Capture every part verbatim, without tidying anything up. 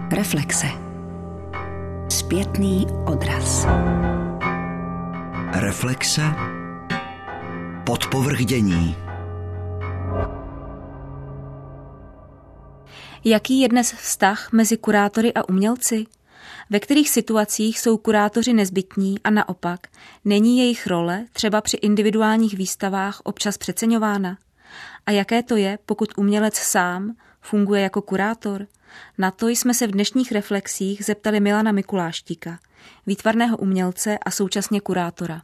Reflexe. Zpětný odraz. Reflexe. Podpovrchdění. Jaký je dnes vztah mezi kurátory a umělci? Ve kterých situacích jsou kurátoři nezbytní a naopak není jejich role třeba při individuálních výstavách občas přeceňována? A jaké to je, pokud umělec sám funguje jako kurátor? Na to jsme se v dnešních reflexích zeptali Milana Mikuláštíka, výtvarného umělce a současně kurátora.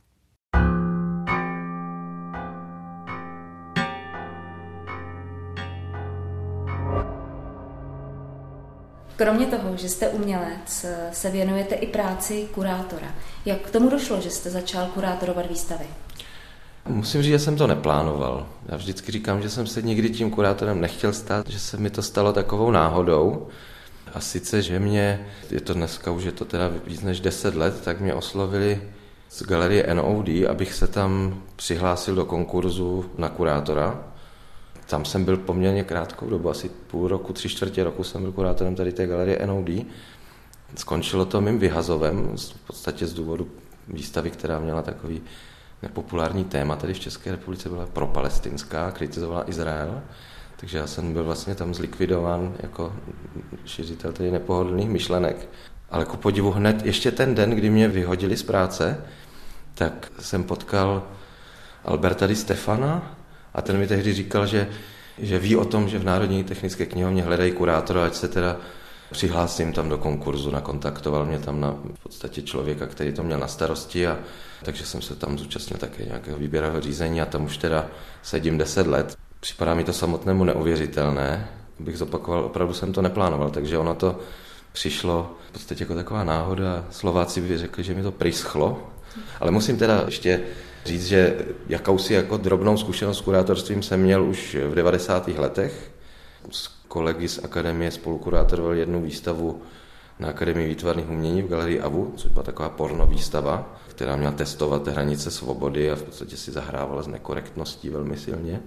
Kromě toho, že jste umělec, se věnujete i práci kurátora. Jak k tomu došlo, že jste začal kurátorovat výstavy? Musím říct, že jsem to neplánoval. Já vždycky říkám, že jsem se nikdy tím kurátorem nechtěl stát, že se mi to stalo takovou náhodou. A sice, že mě, je to dneska už je to teda víc než deset let, tak mě oslovili z galerie N O D, abych se tam přihlásil do konkurzu na kurátora. Tam jsem byl poměrně krátkou dobu, asi půl roku, tři čtvrtě roku jsem byl kurátorem tady té galerie N O D. Skončilo to mým vyhazovem, v podstatě z důvodu výstavy, která měla takový nepopulární téma tady v České republice, byla propalestinská, kritizovala Izrael. Takže já jsem byl vlastně tam zlikvidován jako šiřitel tedy nepohodlných myšlenek. Ale ku podivu hned ještě ten den, kdy mě vyhodili z práce, tak jsem potkal Alberta Di Stefana a ten mi tehdy říkal, že, že ví o tom, že v Národní technické knihovně hledají kurátora, ať se teda přihlásím tam do konkurzu, nakontaktoval mě tam na v podstatě člověka, který to měl na starosti, a takže jsem se tam zúčastnil také nějakého výběrového řízení a tam už teda sedím deset let. Připadá mi to samotnému neuvěřitelné, abych zopakoval, opravdu jsem to neplánoval, takže ono to přišlo v podstatě jako taková náhoda. Slováci by řekli, že mi to prischlo, ale musím teda ještě říct, že jakousi jako drobnou zkušenost s kurátorstvím jsem měl už v devadesátých letech. S kolegy z akademie spolukurátoroval jednu výstavu na Akademii výtvarných umění v galerii A V U, což byla taková porno výstava, která měla testovat hranice svobody a v podstatě si zahrávala s nekorektností velmi silně.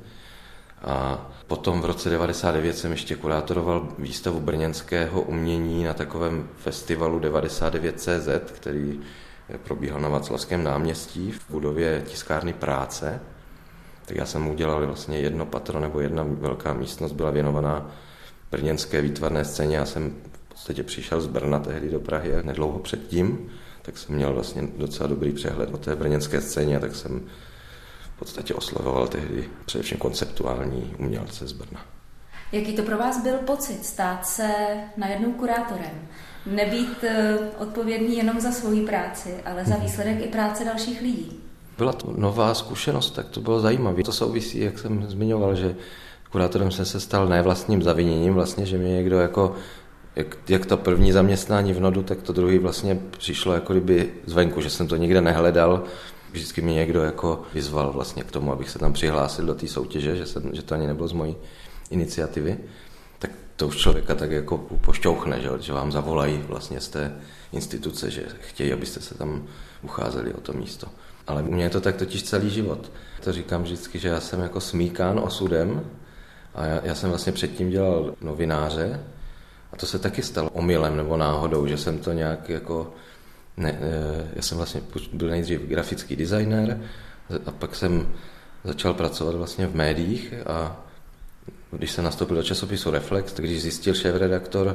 A potom v roce devadesát devět jsem ještě kurátoroval výstavu brněnského umění na takovém festivalu devadesát devět C Z, který probíhal na Václavském náměstí v budově tiskárny Práce. Tak já jsem udělal vlastně jedno patro, nebo jedna velká místnost byla věnovaná brněnské výtvarné scéně. Já jsem v podstatě přišel z Brna tehdy do Prahy a nedlouho předtím, tak jsem měl vlastně docela dobrý přehled o té brněnské scéně, tak jsem v podstatě oslovoval tehdy především konceptuální umělce z Brna. Jaký to pro vás byl pocit stát se najednou kurátorem? Nebýt odpovědný jenom za svoji práci, ale za výsledek i práce dalších lidí? Byla to nová zkušenost, tak to bylo zajímavé. To souvisí, jak jsem zmiňoval, že kurátorem jsem se stal ne vlastním zaviněním, vlastně, že mě někdo jako, jak, jak to první zaměstnání v Nodu, tak to druhý vlastně přišlo jako kdyby zvenku, že jsem to nikde nehledal. Vždycky mi někdo jako vyzval vlastně k tomu, abych se tam přihlásil do té soutěže, že, jsem, že to ani nebylo z mojí iniciativy. Tak to už člověka tak jako pošťouchne, že, že vám zavolají vlastně z té instituce, že chtějí, abyste se tam ucházeli o to místo. Ale u mě je to tak totiž celý život. To říkám vždycky, že já jsem jako smíkán osudem a já, já jsem vlastně předtím dělal novináře a to se taky stalo omylem nebo náhodou, že jsem to nějak jako... Ne, já jsem vlastně byl nejdřív grafický designér a pak jsem začal pracovat vlastně v médiích a když jsem nastoupil do časopisu Reflex, tak když zjistil šéfredaktor,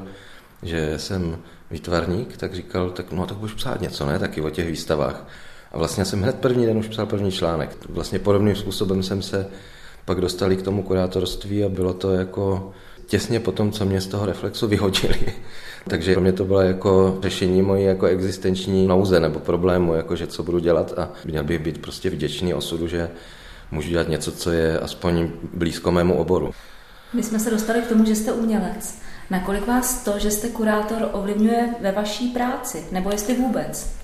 že jsem výtvarník, tak říkal, tak no tak budeš psát něco, ne, taky o těch výstavách. A vlastně jsem hned první den už psal první článek. Vlastně podobným způsobem jsem se pak dostali k tomu kurátorství a bylo to jako těsně po tom, co mě z toho Reflexu vyhodili. Takže pro mě to bylo jako řešení mojí jako existenční nouze nebo problému, jako že co budu dělat a měl bych být prostě vděčný osudu, že můžu dělat něco, co je aspoň blízko mému oboru. My jsme se dostali k tomu, že jste umělec. Nakolik vás to, že jste kurátor, ovlivňuje ve vaší práci? Nebo jestli vůbec?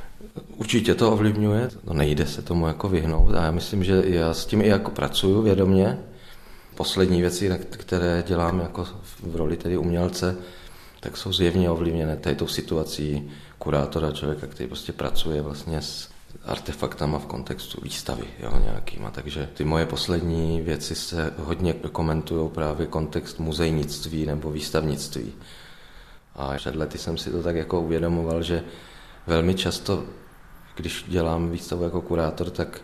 Určitě to ovlivňuje, no nejde se tomu jako vyhnout a já myslím, že já s tím i jako pracuju vědomě. Poslední věci, které dělám jako v roli tedy umělce, tak jsou zjevně ovlivněné této situací kurátora, člověka, který prostě pracuje vlastně s artefaktama v kontextu výstavy, jo, nějakýma. Takže ty moje poslední věci se hodně komentují právě kontext muzejnictví nebo výstavnictví. A před lety jsem si to tak jako uvědomoval, že velmi často, když dělám výstavu jako kurátor, tak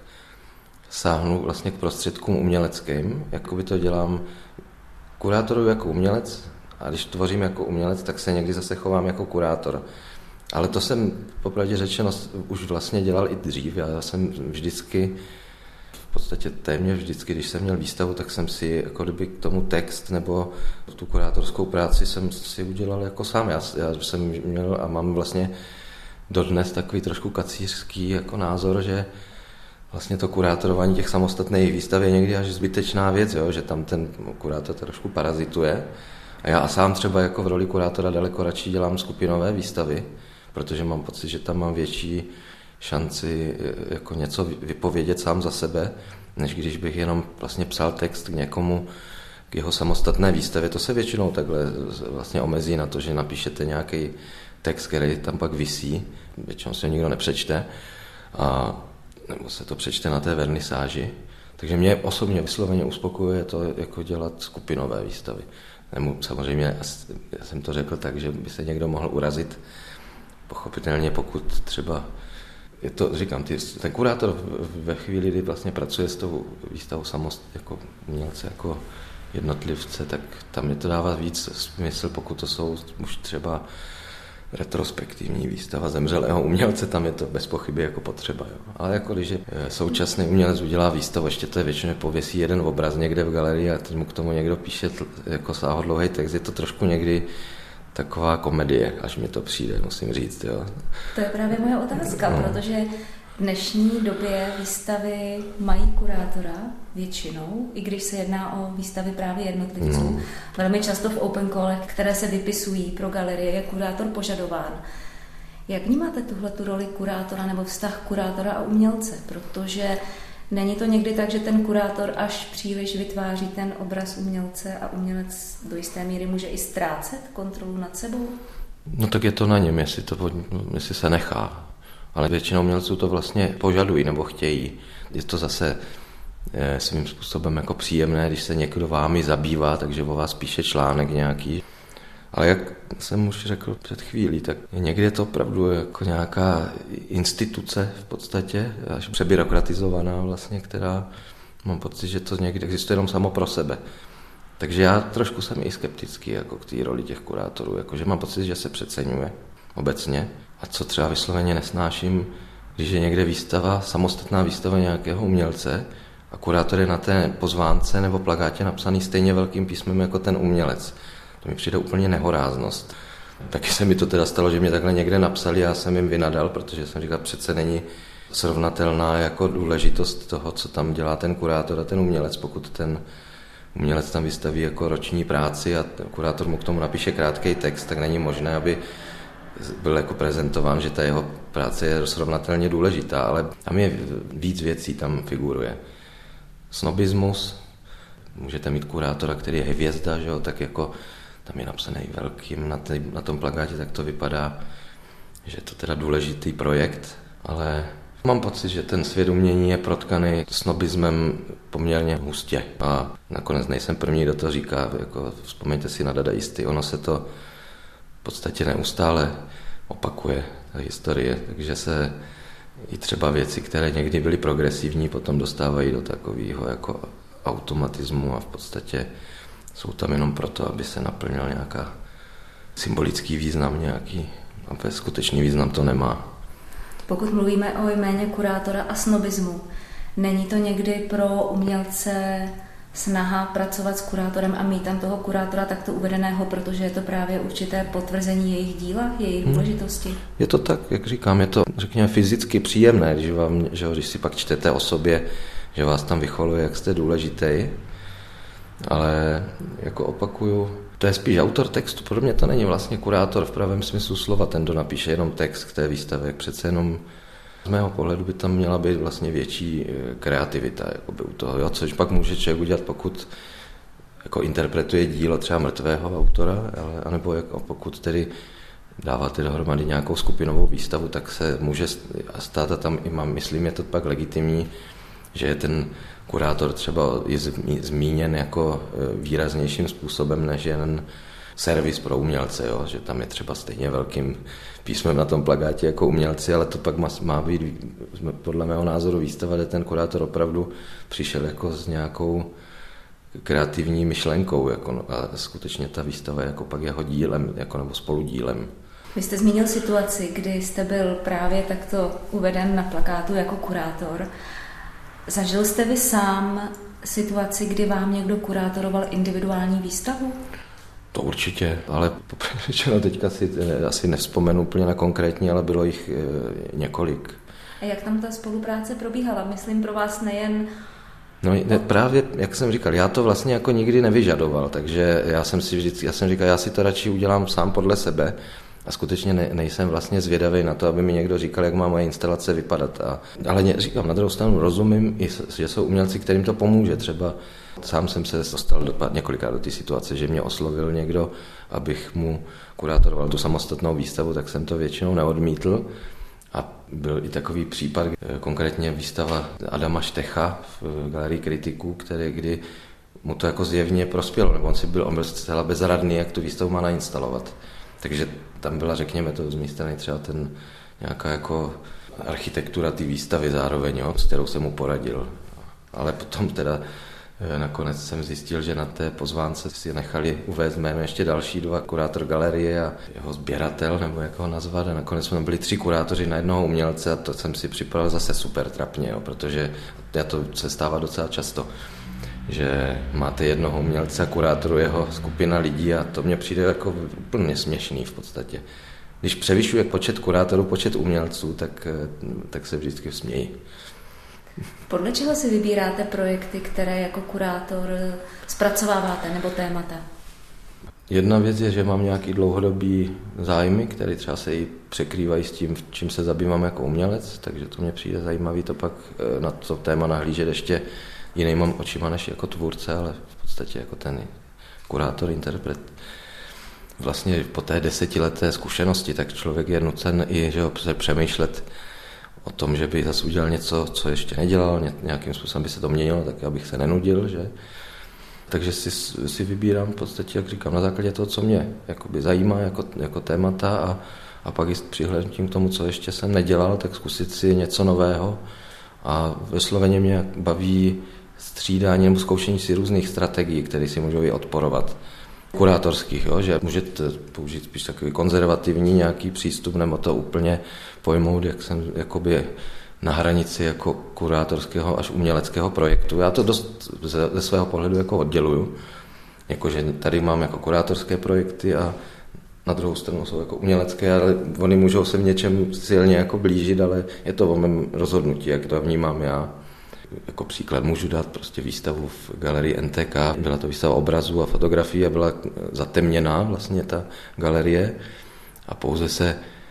sáhnu vlastně k prostředkům uměleckým, jako by to dělám kurátoru jako umělec, a když tvořím jako umělec, tak se někdy zase chovám jako kurátor. Ale to jsem popravdě řečeno už vlastně dělal i dřív. Já jsem vždycky, v podstatě téměř vždycky, když jsem měl výstavu, tak jsem si jako kdyby k tomu text nebo tu kurátorskou práci jsem si udělal jako sám. Já, já jsem měl a mám vlastně dodnes takový trošku kacířský jako názor, že vlastně to kurátorování těch samostatných výstav je někdy až zbytečná věc, jo? Že tam ten kurátor trošku parazituje. A já sám třeba jako v roli kurátora daleko radši dělám skupinové výstavy, protože mám pocit, že tam mám větší šanci jako něco vypovědět sám za sebe, než když bych jenom vlastně psal text k někomu, k jeho samostatné výstavě. To se většinou takhle vlastně omezí na to, že napíšete nějaký text, který tam pak visí, většinou se ho nikdo nepřečte, a nebo se to přečte na té vernisáži. Takže mě osobně vysloveně uspokojuje to, jako dělat skupinové výstavy. Nemu, samozřejmě, já jsem to řekl tak, že by se někdo mohl urazit. Pochopitelně, pokud třeba, je to, říkám, ty, ten kurátor ve chvíli, kdy vlastně pracuje s tou výstavou samost, jako umělce, jako jednotlivce, tak tam mi to dává víc smysl, pokud to jsou už třeba retrospektivní výstava zemřelého umělce, tam je to bez pochyby jako potřeba. Jo. Ale jako když současný umělec udělá výstavu, ještě to je většinou pověsí jeden obraz někde v galerii a teď mu k tomu někdo píše jako sáhodlouhý text, je to trošku někdy taková komedie, až mi to přijde, musím říct. Jo. To je právě moje otázka, no. Protože v dnešní době výstavy mají kurátora většinou, i když se jedná o výstavy právě jednotlivců. No. Velmi často v open callech, které se vypisují pro galerie, je kurátor požadován. Jak vnímáte tuhletu roli kurátora nebo vztah kurátora a umělce? Protože není to někdy tak, že ten kurátor až příliš vytváří ten obraz umělce a umělec do jisté míry může i ztrácet kontrolu nad sebou? No tak je to na něm, jestli, to, jestli se nechá. Ale většinou umělců to vlastně požadují nebo chtějí. Je to zase je, svým způsobem jako příjemné, když se někdo vámi zabývá, takže o vás píše článek nějaký. Ale jak jsem už řekl před chvílí, tak někdy je to opravdu jako nějaká instituce v podstatě, až přebyrokratizovaná vlastně, která mám pocit, že to někdy existuje jenom samo pro sebe. Takže já trošku jsem i skeptický jako k té roli těch kurátorů, jakože mám pocit, že se přeceňuje obecně. A co třeba vysloveně nesnáším, když je někde výstava, samostatná výstava nějakého umělce a kurátor je na té pozvánce nebo plakátě napsaný stejně velkým písmem jako ten umělec. To mi přijde úplně nehoráznost. Taky se mi to teda stalo, že mě takhle někde napsali, já jsem jim vynadal, protože jsem říkal, přece není srovnatelná jako důležitost toho, co tam dělá ten kurátor a ten umělec, pokud ten umělec tam vystaví jako roční práci a kurátor mu k tomu napíše krátký text, tak není možné, aby byl jako prezentován, že ta jeho práce je srovnatelně důležitá, ale tam je víc věcí, tam figuruje. Snobismus, můžete mít kurátora, který je hvězda, že jo, tak jako tam je napsaný velkým na, tý, na tom plakátě, tak to vypadá, že je to teda důležitý projekt, ale mám pocit, že ten svět umění je protkaný snobismem poměrně hustě a nakonec nejsem první, kdo to říká, jako vzpomeňte si na dadaisty, ono se to v podstatě neustále opakuje, ta historie, takže se i třeba věci, které někdy byly progresivní, potom dostávají do takového jako automatismu a v podstatě jsou tam jenom proto, aby se naplnil nějaká symbolický význam nějaký, a skutečný význam to nemá. Pokud mluvíme o jméně kurátora a snobismu, není to někdy pro umělce snaha pracovat s kurátorem a mít tam toho kurátora takto uvedeného, protože je to právě určité potvrzení jejich díla, jejich důležitosti? Hmm. Je to tak, jak říkám, je to, řekněme, fyzicky příjemné, když, vám, že, když si pak čtete o sobě, že vás tam vychvaluje, jak jste důležitý, ale jako opakuju, to je spíš autor textu, pro mě to není vlastně kurátor v pravém smyslu slova, ten, kdo napíše jenom text k té výstavě, přece jenom z mého pohledu by tam měla být vlastně větší kreativita jakoby u toho, jo? Což pak může člověk udělat, pokud jako interpretuje dílo třeba mrtvého autora, ale, anebo jako pokud tedy dáváte dohromady nějakou skupinovou výstavu, tak se může stát a tam i mám, myslím, je to pak legitimní, že je ten kurátor třeba je zmíněn jako výraznějším způsobem, než jen servis pro umělce, jo? Že tam je třeba stejně velkým písmem na tom plakátě jako umělci, ale to pak má, má být podle mého názoru výstava, kde ten kurátor opravdu přišel jako s nějakou kreativní myšlenkou, jako, no, a skutečně ta výstava jako pak jeho dílem, jako, nebo spoludílem. Vy jste zmínil situaci, kdy jste byl právě takto uveden na plakátu jako kurátor. Zažil jste vy sám situaci, kdy vám někdo kurátoroval individuální výstavu? To určitě, ale řečeno teďka si asi nevzpomenu úplně na konkrétní, ale bylo jich e, několik. A jak tam ta spolupráce probíhala? Myslím pro vás nejen... No ne, právě, jak jsem říkal, já to vlastně jako nikdy nevyžadoval, takže já jsem si vždycky, já jsem říkal, já si to radši udělám sám podle sebe a skutečně ne, nejsem vlastně zvědavý na to, aby mi někdo říkal, jak má moje instalace vypadat. A, ale ne, říkám, na druhou stranu rozumím, i, že jsou umělci, kterým to pomůže. Třeba sám jsem se dostal do, několikrát do té situace, že mě oslovil někdo, abych mu kurátoroval tu samostatnou výstavu, tak jsem to většinou neodmítl. A byl i takový případ, konkrétně výstava Adama Štecha v Galerii kritiků, který, kdy mu to jako zjevně prospělo, nebo on si byl, on byl zcela bezradný, jak tu výstavu má nainstalovat. Takže tam byla, řekněme to z mé strany, třeba ten nějaká jako architektura té výstavy zároveň, jo, s kterou jsem mu poradil. Ale potom teda nakonec jsem zjistil, že na té pozvánce si nechali uvést jméno ještě další dva, kurátor galerie a jeho sběratel, nebo jak ho nazvat. A nakonec jsme byli tři kurátoři na jednoho umělce a to jsem si připravil zase super trapně, jo, protože já to se stává docela často, že máte jednoho umělce a kurátoru jeho skupina lidí a to mně přijde jako úplně směšný v podstatě. Když převyšuje počet kurátorů, počet umělců, tak, tak se vždycky směji. Podle čeho si vybíráte projekty, které jako kurátor zpracováváte, nebo témata? Jedna věc je, že mám nějaký dlouhodobý zájmy, které třeba se i překrývají s tím, čím se zabývám jako umělec, takže to mě přijde zajímavý to pak na to téma nahlížet ještě jinýma očima než jako tvůrce, ale v podstatě jako ten kurátor, interpret. Vlastně po té desetileté zkušenosti, tak člověk je nucen i že ho, přemýšlet o tom, že by zase udělal něco, co ještě nedělal, nějakým způsobem by se to měnilo, tak abych se nenudil, že? Takže si, si vybírám v podstatě, jak říkám, na základě toho, co mě jakoby zajímá jako, jako témata a, a pak i s přihlédnutím k tomu, co ještě jsem nedělal, tak zkusit si něco nového a vysloveně mě baví střídání nebo zkoušení si různých strategií, které si můžou i odporovat. Kurátorských, jo, že můžete použít spíš takový konzervativní nějaký přístup nebo to úplně pojmout, jak jsem jakoby na hranici jako kurátorského až uměleckého projektu. Já to dost ze, ze svého pohledu jako odděluju, jakože tady mám jako kurátorské projekty a na druhou stranu jsou jako umělecké, ale oni můžou se v něčem silně jako blížit, ale je to o mém rozhodnutí, jak to vnímám já. Jako příklad můžu dát prostě výstavu v galerii N T K. Byla to výstava obrazů a fotografií a byla zatemněná vlastně ta galerie a pouze se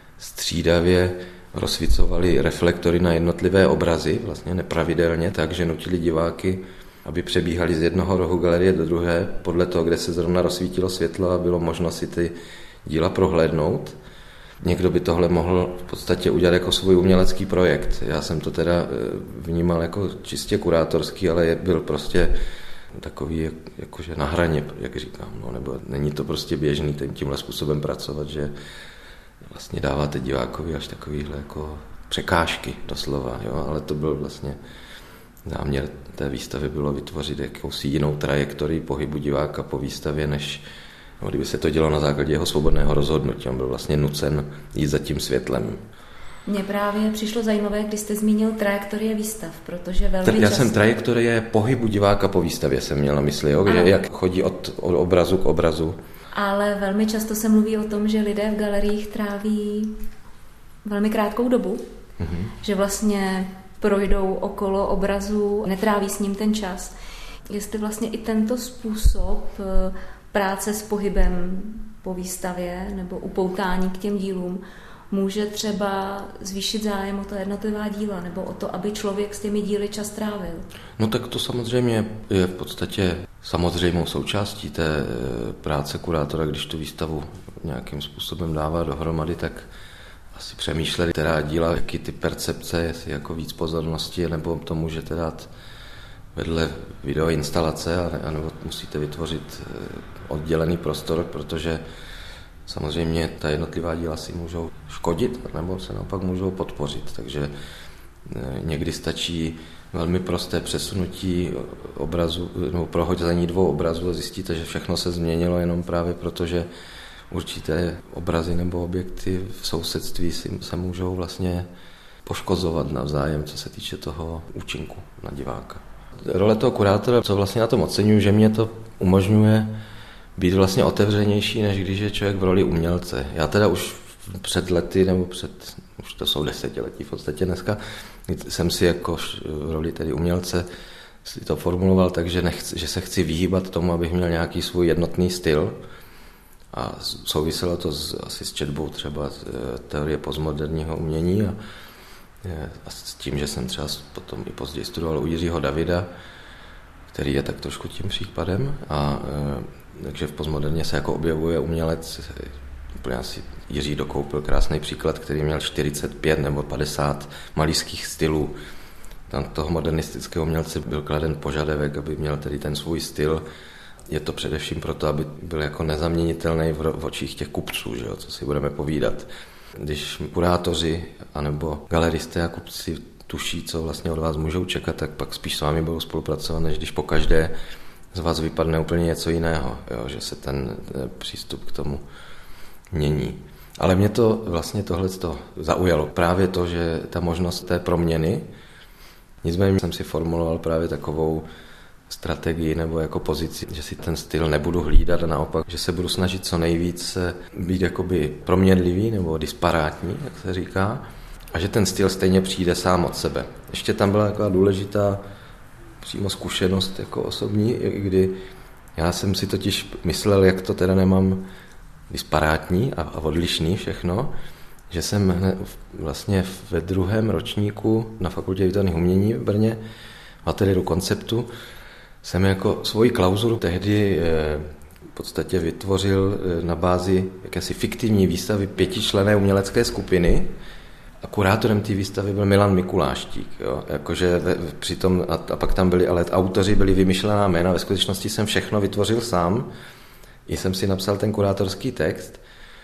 střídavě rozsvícovaly reflektory na jednotlivé obrazy, vlastně nepravidelně, takže nutili diváky, aby přebíhali z jednoho rohu galerie do druhé, podle toho, kde se zrovna rozsvítilo světlo a bylo možno si ty díla prohlédnout. Někdo by tohle mohl v podstatě udělat jako svůj umělecký projekt. Já jsem to teda vnímal jako čistě kurátorský, ale je, byl prostě takový jakože na hraně, jak říkám. No, nebo není to prostě běžný tímhle způsobem pracovat, že vlastně dáváte divákovi až takovýhle jako překážky doslova. Jo? Ale to byl vlastně záměr té výstavy bylo vytvořit jakousi jinou trajektorii pohybu diváka po výstavě, než no, kdyby se to dělo na základě jeho svobodného rozhodnutí. On byl vlastně nucen jít za tím světlem. Mně právě přišlo zajímavé, když jste zmínil trajektorie výstav, protože velmi Já často... jsem trajektorie pohybu diváka po výstavě jsem měl na mysli, jo? Že jak chodí od, od obrazu k obrazu. Ale velmi často se mluví o tom, že lidé v galeriích tráví velmi krátkou dobu, mm-hmm. že vlastně projdou okolo obrazu, netráví s ním ten čas. Jestli vlastně i tento způsob práce s pohybem po výstavě nebo upoutání k těm dílům může třeba zvýšit zájem o ta jednotlivá díla nebo o to, aby člověk s těmi díly čas trávil. No tak to samozřejmě je v podstatě samozřejmou součástí té práce kurátora, když tu výstavu nějakým způsobem dává dohromady, tak asi přemýšlet, která díla, jaký ty percepce, jestli jako víc pozornosti, nebo to můžete dát vedle videoinstalace, anebo musíte vytvořit oddělený prostor, protože samozřejmě ta jednotlivá díla si můžou škodit, nebo se naopak můžou podpořit, takže někdy stačí velmi prosté přesunutí obrazu, nebo prohození dvou obrazů a zjistíte, že všechno se změnilo jenom právě proto, že určité obrazy nebo objekty v sousedství si, se můžou vlastně poškozovat navzájem, co se týče toho účinku na diváka. Role toho kurátora, co vlastně na tom oceňuji, že mě to umožňuje být vlastně otevřenější, než když je člověk v roli umělce. Já teda už před lety, nebo před, už to jsou desetiletí v podstatě dneska, jsem si jako v roli tedy umělce si to formuloval tak, že, nechci, že se chci vyhýbat tomu, abych měl nějaký svůj jednotný styl. A souviselo to s, asi s četbou třeba teorie postmoderního umění a, a s tím, že jsem třeba potom i později studoval u Jiřího Davida, který je tak trošku tím případem. A takže v postmoderně se jako objevuje umělec, úplně asi Jiří dokoupil krásný příklad, který měl čtyřicet pět nebo padesát malířských stylů. Tam toho modernistického umělce byl kladen požadavek, aby měl tedy ten svůj styl. Je to především proto, aby byl jako nezaměnitelný v očích těch kupců, že jo, co si budeme povídat. Když kurátoři anebo galeristé a kupci tuší, co vlastně od vás můžou čekat, tak pak spíš s vámi budou spolupracovat, než když pokaždé z vás vypadne úplně něco jiného, jo, že se ten přístup k tomu mění. Ale mě to vlastně tohleto zaujalo. Právě to, že ta možnost té proměny, nicméně jsem si formuloval právě takovou strategii nebo jako pozici, že si ten styl nebudu hlídat a naopak, že se budu snažit co nejvíc být jakoby proměnlivý nebo disparátní, jak se říká, a že ten styl stejně přijde sám od sebe. Ještě tam byla taková důležitá přímo zkušenost jako osobní, kdy já jsem si totiž myslel, jak to teda nemám disparátní a, a odlišný všechno, že jsem vlastně ve druhém ročníku na Fakultě výtvarných umění v Brně v ateliéru konceptu jsem jako svoji klauzuru tehdy v podstatě vytvořil na bázi jakési fiktivní výstavy pětičlenné umělecké skupiny a kurátorem té výstavy byl Milan Mikuláštík. Jo? Jakože přitom, a, a pak tam byli, ale autoři byli vymyšlená jména, ve skutečnosti jsem všechno vytvořil sám, i jsem si napsal ten kurátorský text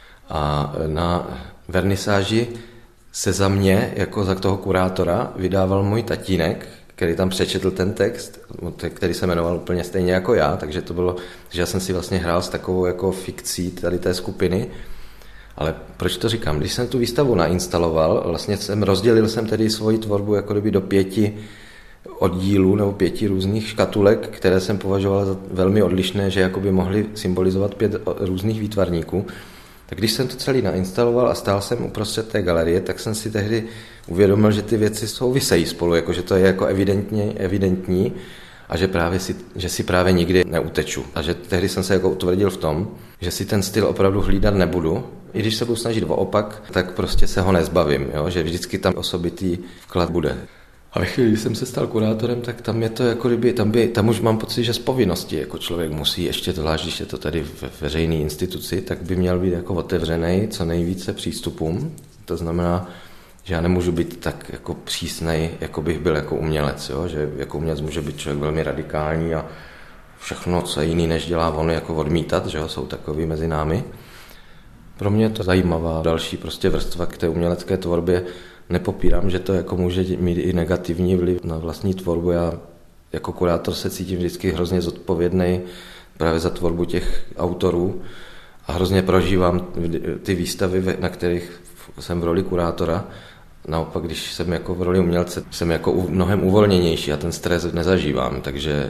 a na vernisáži se za mě, jako za toho kurátora, vydával můj tatínek, který tam přečetl ten text, který se jmenoval úplně stejně jako já, takže to bylo, že já jsem si vlastně hrál s takovou jako fikcí tady té skupiny. Ale proč to říkám? Když jsem tu výstavu nainstaloval, vlastně jsem rozdělil jsem tedy svoji tvorbu jako kdyby do pěti oddílů nebo pěti různých škatulek, které jsem považoval za velmi odlišné, že jakoby mohly symbolizovat pět různých výtvarníků. Tak když jsem to celý nainstaloval a stál jsem uprostřed té galerie, tak jsem si tehdy uvědomil, že ty věci souvisejí spolu, jako že to je jako evidentně, evidentní a že, právě si, že si právě nikdy neuteču. A že tehdy jsem se jako utvrdil v tom, že si ten styl opravdu hlídat nebudu. I když se budu snažit o opak, tak prostě se ho nezbavím, jo? Že vždycky tam osobitý vklad bude. A ve chvíli, když jsem se stal kurátorem, tak tam je to jako kdyby, tam, by, tam už mám pocit, že z povinnosti jako člověk musí, ještě zvlášť, když je to tady ve veřejné instituci, tak by měl být jako otevřený co nejvíce přístupům. To znamená, že já nemůžu být tak jako přísnej, jako bych byl jako umělec, jo? Že jako umělec může být člověk velmi radikální a všechno, co je jiný, než dělá on, jako odmítat, že jo? Jsou takový mezi námi. Pro mě je to zajímavá další prostě vrstva k té umělecké tvorbě. Nepopírám, že to jako může mít i negativní vliv na vlastní tvorbu. Já jako kurátor se cítím vždycky hrozně zodpovědný právě za tvorbu těch autorů a hrozně prožívám ty výstavy, na kterých jsem v roli kurátora. Naopak, když jsem jako v roli umělce, jsem jako mnohem uvolněnější a ten stres nezažívám, takže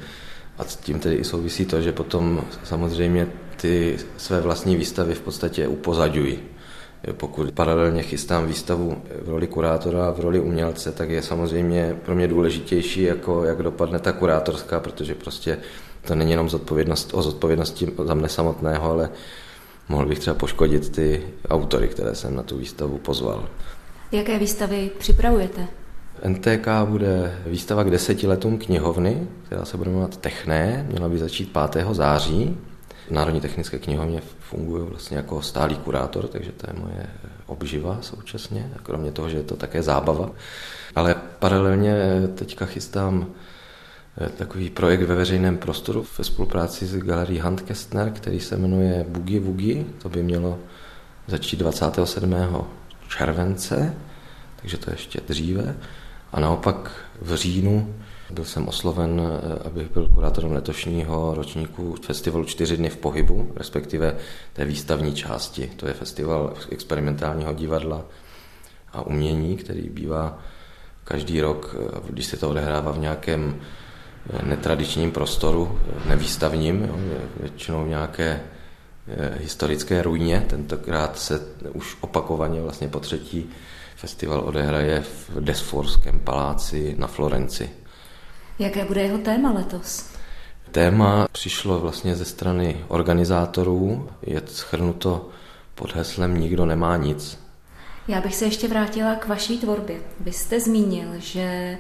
a s tím tedy i souvisí to, že potom samozřejmě ty své vlastní výstavy v podstatě upozaďují. Pokud paralelně chystám výstavu v roli kurátora a v roli umělce, tak je samozřejmě pro mě důležitější, jako jak dopadne ta kurátorská, protože prostě to není jenom zodpovědnost, o zodpovědnosti za mne samotného, ale mohl bych třeba poškodit ty autory, které jsem na tu výstavu pozval. Jaké výstavy připravujete? N T K bude výstava k deseti letům knihovny, která se bude jmenovat Techné, měla by začít pátého září. V Národní technické knihovně funguji vlastně jako stálý kurátor, takže to je moje obživa současně, kromě toho, že je to také zábava. Ale paralelně teďka chystám takový projekt ve veřejném prostoru ve spolupráci s galerií Handkästner, který se jmenuje Boogie Woogie. To by mělo začít dvacátého sedmého července, takže to je ještě dříve. A naopak v říjnu byl jsem osloven, abych byl kurátorem letošního ročníku festivalu Čtyři dny v pohybu, respektive té výstavní části. To je festival experimentálního divadla a umění, který bývá každý rok, když se to odehrává v nějakém netradičním prostoru, nevýstavním, jo, většinou v nějaké historické ruině. Tentokrát se už opakovaně vlastně po třetí festival odehraje v Desforském paláci na Florenci. Jaké bude jeho téma letos? Téma přišlo vlastně ze strany organizátorů, je shrnuto pod heslem Nikdo nemá nic. Já bych se ještě vrátila k vaší tvorbě. Vy jste zmínil, že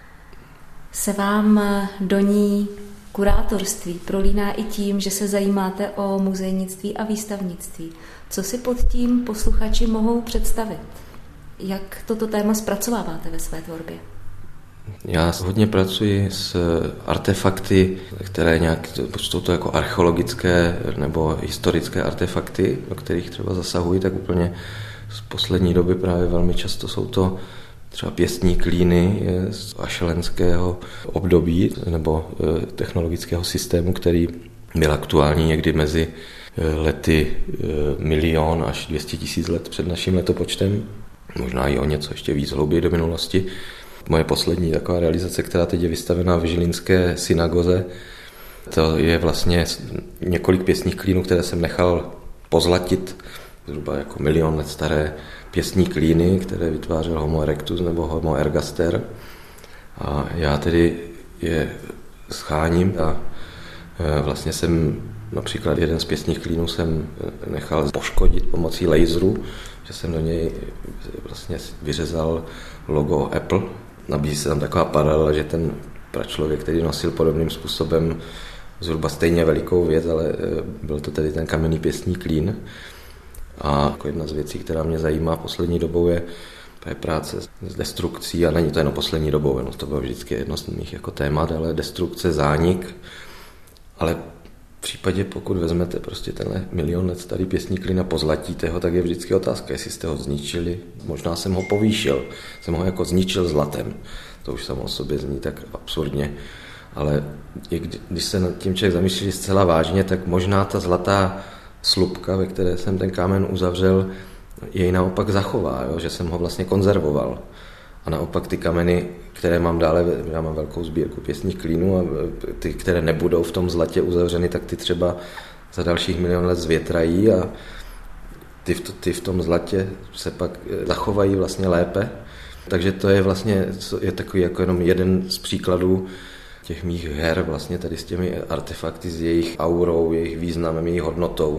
se vám do ní kurátorství prolíná i tím, že se zajímáte o muzejnictví a výstavnictví. Co si pod tím posluchači mohou představit? Jak toto téma zpracováváte ve své tvorbě? Já hodně pracuji s artefakty, které nějak, jsou to jako archeologické nebo historické artefakty, do kterých třeba zasahují, tak úplně z poslední doby právě velmi často jsou to třeba pěstní klíny z ašelenského období nebo technologického systému, který byl aktuální někdy mezi lety milion až dvě stě tisíc let před naším letopočtem, možná i o něco ještě víc hlouběji do minulosti. Moje poslední taková realizace, která teď je vystavená v žilínské synagoze, to je vlastně několik pěstních klínů, které jsem nechal pozlatit, zhruba jako milion let staré pěstní klíny, které vytvářel Homo erectus nebo Homo ergaster. A já tedy je scháním a vlastně jsem například jeden z pěstních klínů jsem nechal poškodit pomocí laseru, že jsem do něj vlastně vyřezal logo Apple. Nabízí se tam taková paralela, že ten pračlověk, který nosil podobným způsobem zhruba stejně velikou věc, ale byl to tedy ten kamenný pěstní klín. A jako jedna z věcí, která mě zajímá poslední dobou, je, je práce s destrukcí, a není to jenom poslední dobou, jenom to bylo vždycky jedno z mých jako témat, ale destrukce, zánik. Ale v případě, pokud vezmete prostě tenhle milion let starý pěstní klín a pozlatíte ho, tak je vždycky otázka, jestli jste ho zničili. Možná jsem ho povýšil, jsem ho jako zničil zlatem. To už samo o sobě zní tak absurdně. Ale když se nad tím člověk zamýšlí zcela vážně, tak možná ta zlatá slupka, ve které jsem ten kámen uzavřel, jej naopak zachová, jo? Že jsem ho vlastně konzervoval. A naopak ty kameny, které mám dále, já mám velkou sbírku pěstních klínů a ty, které nebudou v tom zlatě uzavřeny, tak ty třeba za dalších milion let zvětrají a ty v, to, ty v tom zlatě se pak zachovají vlastně lépe. Takže to je vlastně je takový jako jenom jeden z příkladů těch mých her vlastně tady s těmi artefakty, s jejich aurou, jejich významem, jejich hodnotou.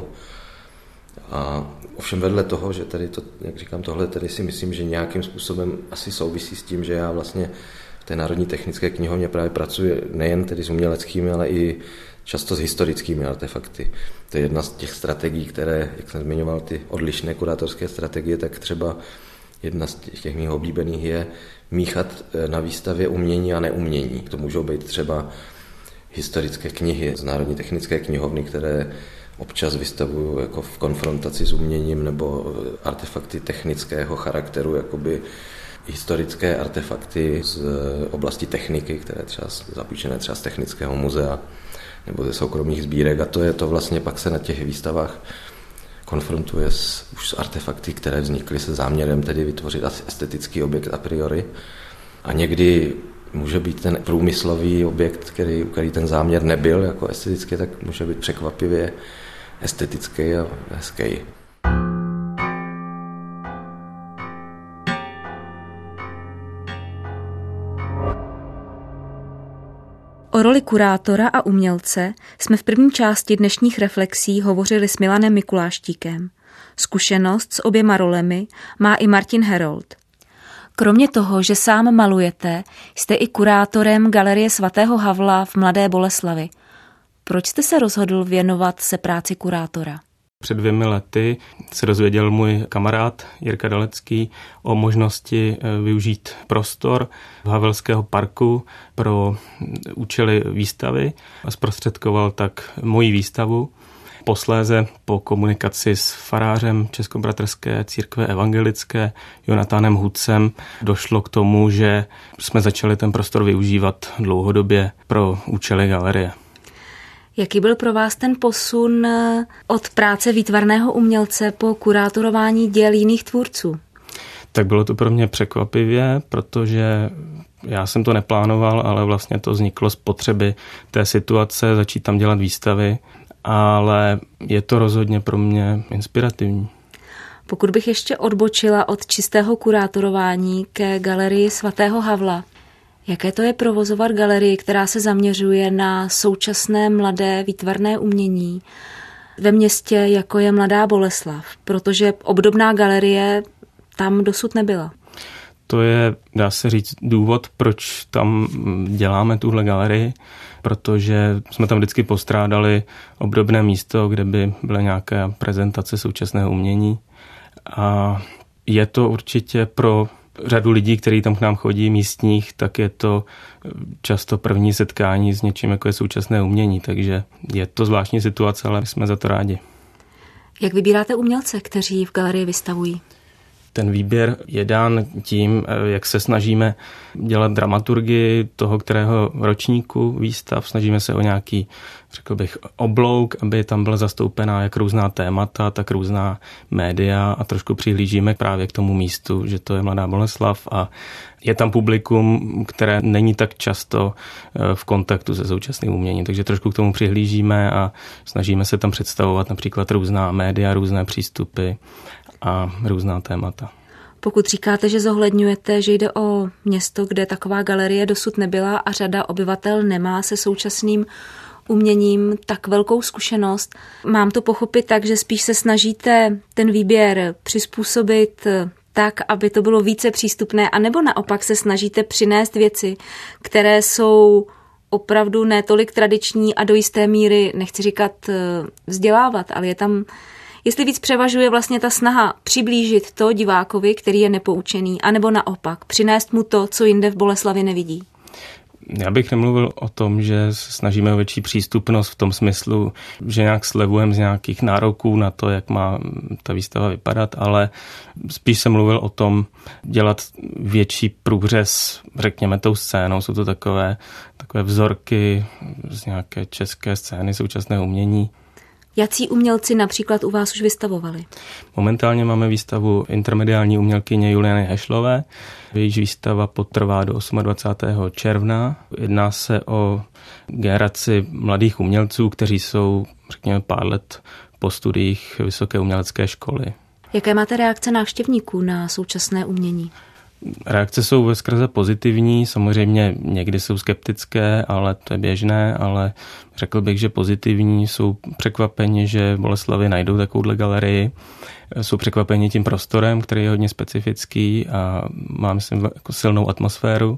A ovšem vedle toho, že tady to, jak říkám, tohle tady si myslím, že nějakým způsobem asi souvisí s tím, že já vlastně v té Národní technické knihovně právě pracuji nejen tedy s uměleckými, ale i často s historickými artefakty. To je jedna z těch strategií, které, jak jsem zmiňoval, ty odlišné kurátorské strategie, tak třeba jedna z těch, těch mých oblíbených je míchat na výstavě umění a neumění. To můžou být třeba historické knihy z Národní technické knihovny, které občas vystavuju jako v konfrontaci s uměním, nebo artefakty technického charakteru, jakoby historické artefakty z oblasti techniky, které třeba zapůjčené třeba z Technického muzea nebo ze soukromých sbírek. A to je to vlastně pak se na těch výstavách konfrontuje s, už s artefakty, které vznikly se záměrem tedy vytvořit estetický objekt a priori. A někdy může být ten průmyslový objekt, který, který ten záměr nebyl jako estetický, tak může být překvapivě estetický a hezký. O roli kurátora a umělce jsme v první části dnešních reflexí hovořili s Milanem Mikuláštíkem. Zkušenost s oběma rolemi má i Martin Herold. Kromě toho, že sám malujete, jste i kurátorem Galerie svatého Havla v Mladé Boleslavi. Proč jste se rozhodl věnovat se práci kurátora? Před dvěmi lety se dozvěděl můj kamarád Jirka Dalecký o možnosti využít prostor Havelského parku pro účely výstavy a zprostředkoval tak moji výstavu. Posléze po komunikaci s farářem Českobratrské církve evangelické Jonatánem Hudcem došlo k tomu, že jsme začali ten prostor využívat dlouhodobě pro účely galerie. Jaký byl pro vás ten posun od práce výtvarného umělce po kurátorování děl jiných tvůrců? Tak bylo to pro mě překvapivě, protože já jsem to neplánoval, ale vlastně to vzniklo z potřeby té situace, začít tam dělat výstavy, ale je to rozhodně pro mě inspirativní. Pokud bych ještě odbočila od čistého kurátorování ke galerii svatého Havla, jaké to je provozovat galerii, která se zaměřuje na současné mladé výtvarné umění ve městě, jako je Mladá Boleslav, protože obdobná galerie tam dosud nebyla? To je, dá se říct, důvod, proč tam děláme tuhle galerii, protože jsme tam vždycky postrádali obdobné místo, kde by byla nějaká prezentace současného umění. A je to určitě pro řadu lidí, kteří tam k nám chodí, místních, tak je to často první setkání s něčím, jako je současné umění, takže je to zvláštní situace, ale jsme za to rádi. Jak vybíráte umělce, kteří v galerii vystavují? Ten výběr je dán tím, jak se snažíme dělat dramaturgii toho, kterého ročníku výstav. Snažíme se o nějaký, řekl bych, oblouk, aby tam byla zastoupená jak různá témata, tak různá média a trošku přihlížíme právě k tomu místu, že to je Mladá Boleslav a je tam publikum, které není tak často v kontaktu se současným uměním, takže trošku k tomu přihlížíme a snažíme se tam představovat například různá média, různé přístupy a různá témata. Pokud říkáte, že zohledňujete, že jde o město, kde taková galerie dosud nebyla a řada obyvatel nemá se současným uměním tak velkou zkušenost, mám to pochopit tak, že spíš se snažíte ten výběr přizpůsobit tak, aby to bylo více přístupné, anebo naopak se snažíte přinést věci, které jsou opravdu netolik tradiční a do jisté míry, nechci říkat vzdělávat, ale je tam, jestli víc převažuje vlastně ta snaha přiblížit to divákovi, který je nepoučený, anebo naopak přinést mu to, co jinde v Boleslavi nevidí. Já bych nemluvil o tom, že snažíme o větší přístupnost v tom smyslu, že nějak slevujeme z nějakých nároků na to, jak má ta výstava vypadat, ale spíš jsem mluvil o tom dělat větší průřez, řekněme, tou scénou. Jsou to takové, takové vzorky z nějaké české scény současného umění. Jací umělci například u vás už vystavovali? Momentálně máme výstavu intermediální umělkyně Juliany Hešlové. Jejíž výstava potrvá do dvacátého osmého června. Jedná se o generaci mladých umělců, kteří jsou, řekněme, pár let po studiích Vysoké umělecké školy. Jaké máte reakce návštěvníků na současné umění? Reakce jsou veskrze pozitivní, samozřejmě někdy jsou skeptické, ale to je běžné, ale řekl bych, že pozitivní, jsou překvapeni, že v Boleslavi najdou takovouhle galerii, jsou překvapeni tím prostorem, který je hodně specifický a má, myslím, jako silnou atmosféru,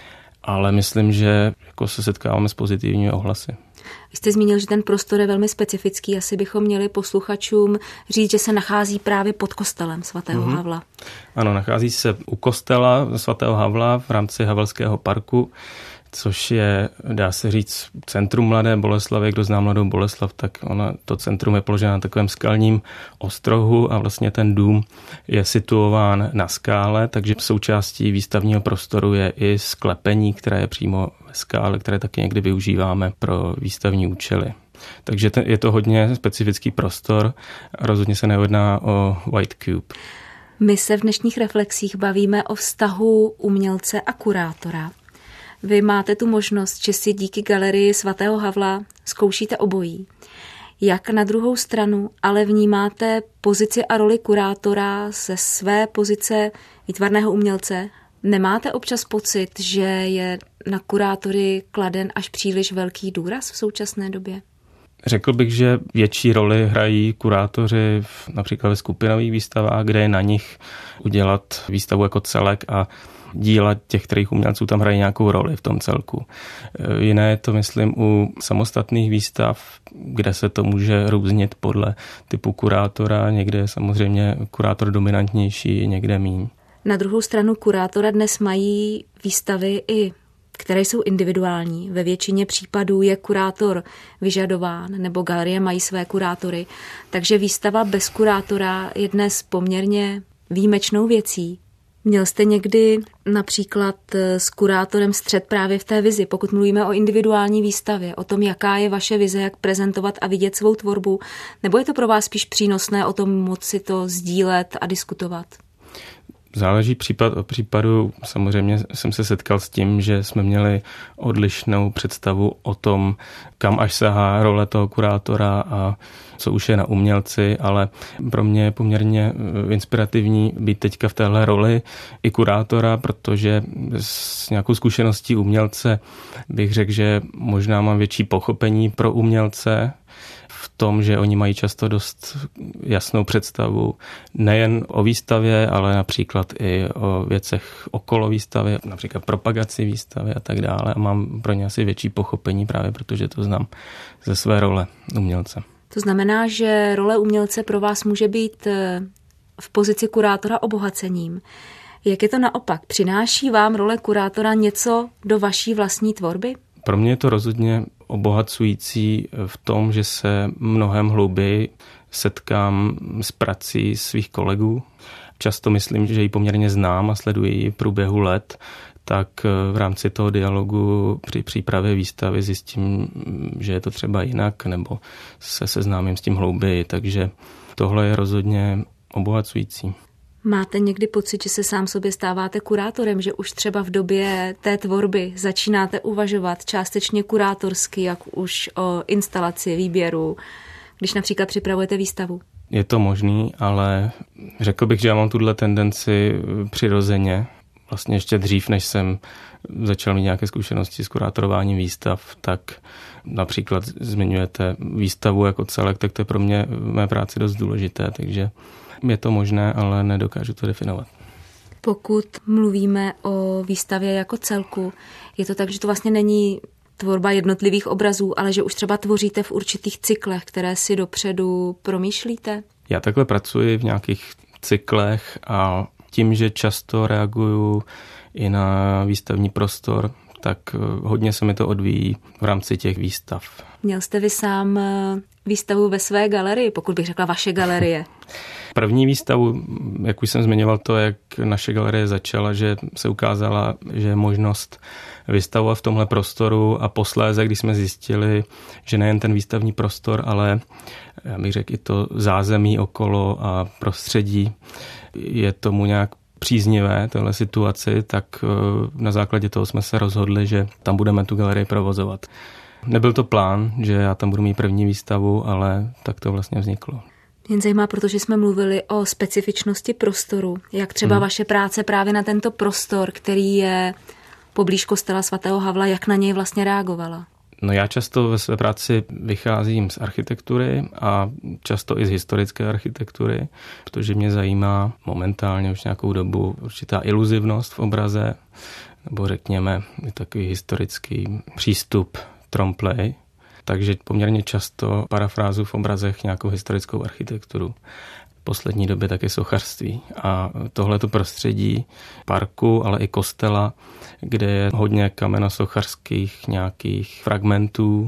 ale myslím, že jako se setkáváme s pozitivními ohlasy. Vy jste zmínil, že ten prostor je velmi specifický. Asi bychom měli posluchačům říct, že se nachází právě pod kostelem svatého mm-hmm. Havla. Ano, nachází se u kostela svatého Havla v rámci Havelského parku, což je, dá se říct, centrum Mladé Boleslavy. Kdo zná Mladou Boleslav, tak ona, to centrum je položeno na takovém skalním ostrohu a vlastně ten dům je situován na skále, takže součástí výstavního prostoru je i sklepení, které je přímo ve skále, které taky někdy využíváme pro výstavní účely. Takže je to hodně specifický prostor a rozhodně se nejedná o White Cube. My se v dnešních reflexích bavíme o vztahu umělce a kurátora. Vy máte tu možnost, že si díky galerii svatého Havla zkoušíte obojí. Jak na druhou stranu ale vnímáte pozici a roli kurátora ze své pozice výtvarného umělce? Nemáte občas pocit, že je na kurátory kladen až příliš velký důraz v současné době? Řekl bych, že větší roli hrají kurátoři v, například ve skupinových výstavách, kde je na nich udělat výstavu jako celek a díla těch, kterých umělců tam hrají nějakou roli v tom celku. Jiné je to, myslím, u samostatných výstav, kde se to může různit podle typu kurátora. Někde je samozřejmě kurátor dominantnější, někde míň. Na druhou stranu kurátora dnes mají výstavy i které jsou individuální. Ve většině případů je kurátor vyžadován, nebo galerie mají své kurátory, takže výstava bez kurátora je dnes poměrně výjimečnou věcí. Měl jste někdy například s kurátorem střet právě v té vizi, pokud mluvíme o individuální výstavě, o tom, jaká je vaše vize, jak prezentovat a vidět svou tvorbu, nebo je to pro vás spíš přínosné o tom moci to sdílet a diskutovat? Záleží případ od případu. Samozřejmě jsem se setkal s tím, že jsme měli odlišnou představu o tom, kam až sahá role toho kurátora a co už je na umělci, ale pro mě je poměrně inspirativní být teďka v téhle roli i kurátora, protože s nějakou zkušeností umělce bych řekl, že možná mám větší pochopení pro umělce, v tom, že oni mají často dost jasnou představu nejen o výstavě, ale například i o věcech okolo výstavy, například propagaci výstavy a tak dále. A mám pro ně asi větší pochopení právě protože to znám ze své role umělce. To znamená, že role umělce pro vás může být v pozici kurátora obohacením. Jak je to naopak? Přináší vám role kurátora něco do vaší vlastní tvorby? Pro mě je to rozhodně obohacující v tom, že se mnohem hlouběji setkám s prací svých kolegů. Často myslím, že ji poměrně znám a sleduji ji v průběhu let, tak v rámci toho dialogu při přípravě výstavy zjistím, že je to třeba jinak, nebo se seznámím s tím hlouběji, takže tohle je rozhodně obohacující. Máte někdy pocit, že se sám sobě stáváte kurátorem, že už třeba v době té tvorby začínáte uvažovat částečně kurátorsky, jak už o instalaci, výběru, když například připravujete výstavu? Je to možný, ale řekl bych, že já mám tuhle tendenci přirozeně. Vlastně ještě dřív, než jsem začal mít nějaké zkušenosti s kurátorováním výstav, tak například zmiňujete výstavu jako celek, tak to je pro mě v mé práci dost důležité, takže je to možné, ale nedokážu to definovat. Pokud mluvíme o výstavě jako celku, je to tak, že to vlastně není tvorba jednotlivých obrazů, ale že už třeba tvoříte v určitých cyklech, které si dopředu promýšlíte? Já takhle pracuji v nějakých cyklech a tím, že často reaguju i na výstavní prostor, tak hodně se mi to odvíjí v rámci těch výstav. Měl jste vy sám výstavu ve své galerii, pokud bych řekla vaše galerie? První výstavu, jak už jsem zmiňoval to, jak naše galerie začala, že se ukázala, že je možnost vystavovat v tomhle prostoru a posléze, když jsme zjistili, že nejen ten výstavní prostor, ale já bych řekl i to zázemí okolo a prostředí je tomu nějak příznivé téhle situaci, tak na základě toho jsme se rozhodli, že tam budeme tu galerii provozovat. Nebyl to plán, že já tam budu mít první výstavu, ale tak to vlastně vzniklo. Jen zajímá, protože jsme mluvili o specifičnosti prostoru. Jak třeba hmm. vaše práce právě na tento prostor, který je poblíž kostela svatého Havla, jak na něj vlastně reagovala? No já často ve své práci vycházím z architektury a často i z historické architektury, protože mě zajímá momentálně už nějakou dobu určitá iluzivnost v obraze, nebo řekněme takový historický přístup trompe-l'œil. Takže poměrně často parafrázu v obrazech nějakou historickou architekturu. V poslední době také sochařství. A tohleto prostředí parku, ale i kostela, kde je hodně kamenosochařských nějakých fragmentů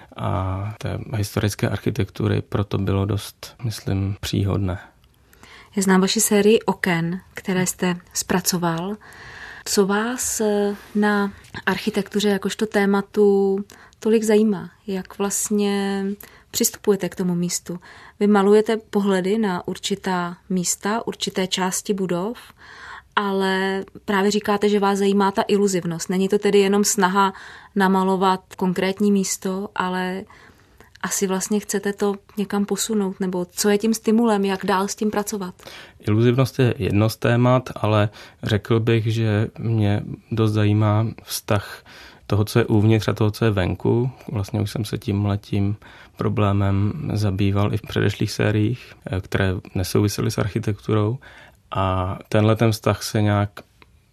a té historické architektury, proto bylo dost, myslím, příhodné. Já znám vaši sérii oken, které jste zpracoval. Co vás na architektuře jakožto tématu tolik zajímá? Jak vlastně přistupujete k tomu místu? Vy malujete pohledy na určitá místa, určité části budov, ale právě říkáte, že vás zajímá ta iluzivnost. Není to tedy jenom snaha namalovat konkrétní místo, ale asi vlastně chcete to někam posunout, nebo co je tím stimulem, jak dál s tím pracovat? Iluzivnost je jedno z témat, ale řekl bych, že mě dost zajímá vztah toho, co je uvnitř a toho, co je venku. Vlastně už jsem se tímhletím problémem zabýval i v předešlých sériích, které nesouvisely s architekturou. A tenhle ten vztah se nějak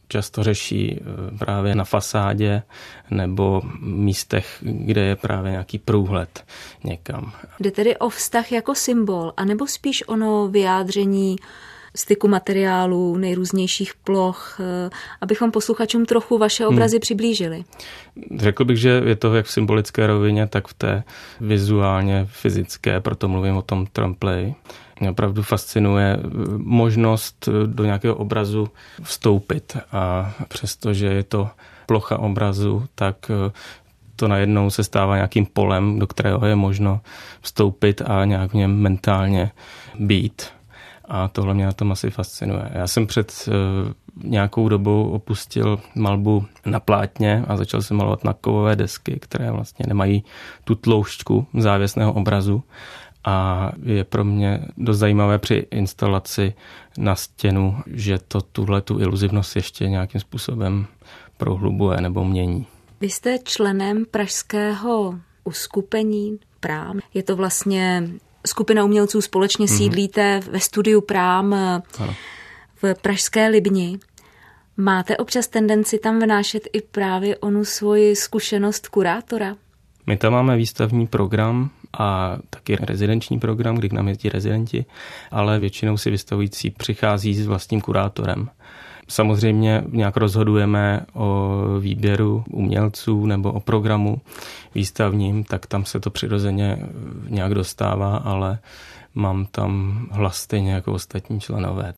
často řeší právě na fasádě nebo místech, kde je právě nějaký průhled někam. Jde tedy o vztah jako symbol, anebo spíš ono vyjádření styku materiálů, nejrůznějších ploch, abychom posluchačům trochu vaše obrazy hmm. přiblížili? Řekl bych, že je to jak v symbolické rovině, tak v té vizuálně fyzické, proto mluvím o tom trompe-l'œil. Mě opravdu fascinuje možnost do nějakého obrazu vstoupit a přestože je to plocha obrazu, tak to najednou se stává nějakým polem, do kterého je možno vstoupit a nějak v něm mentálně být. A tohle mě na tom asi fascinuje. Já jsem před nějakou dobou opustil malbu na plátně a začal jsem malovat na kovové desky, které vlastně nemají tu tloušťku závěsného obrazu. A je pro mě dost zajímavé při instalaci na stěnu, že to tuhle tu iluzivnost ještě nějakým způsobem prohlubuje nebo mění. Vy jste členem pražského uskupení Prám. Je to vlastně skupina umělců, společně mm-hmm. sídlíte ve studiu Prám ano. v pražské Libni. Máte občas tendenci tam vnášet i právě onu svoji zkušenost kurátora? My tam máme výstavní program a taky rezidenční program, kdy k nám jezdí rezidenti, ale většinou si vystavující přichází s vlastním kurátorem. Samozřejmě nějak rozhodujeme o výběru umělců nebo o programu výstavním, tak tam se to přirozeně nějak dostává, ale mám tam hlas stejně jako ostatní členové.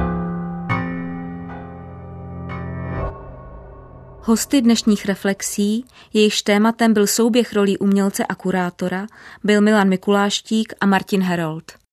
Hosty dnešních reflexí, jejichž tématem byl souběh rolí umělce a kurátora, byl Milan Mikuláštík a Martin Herold.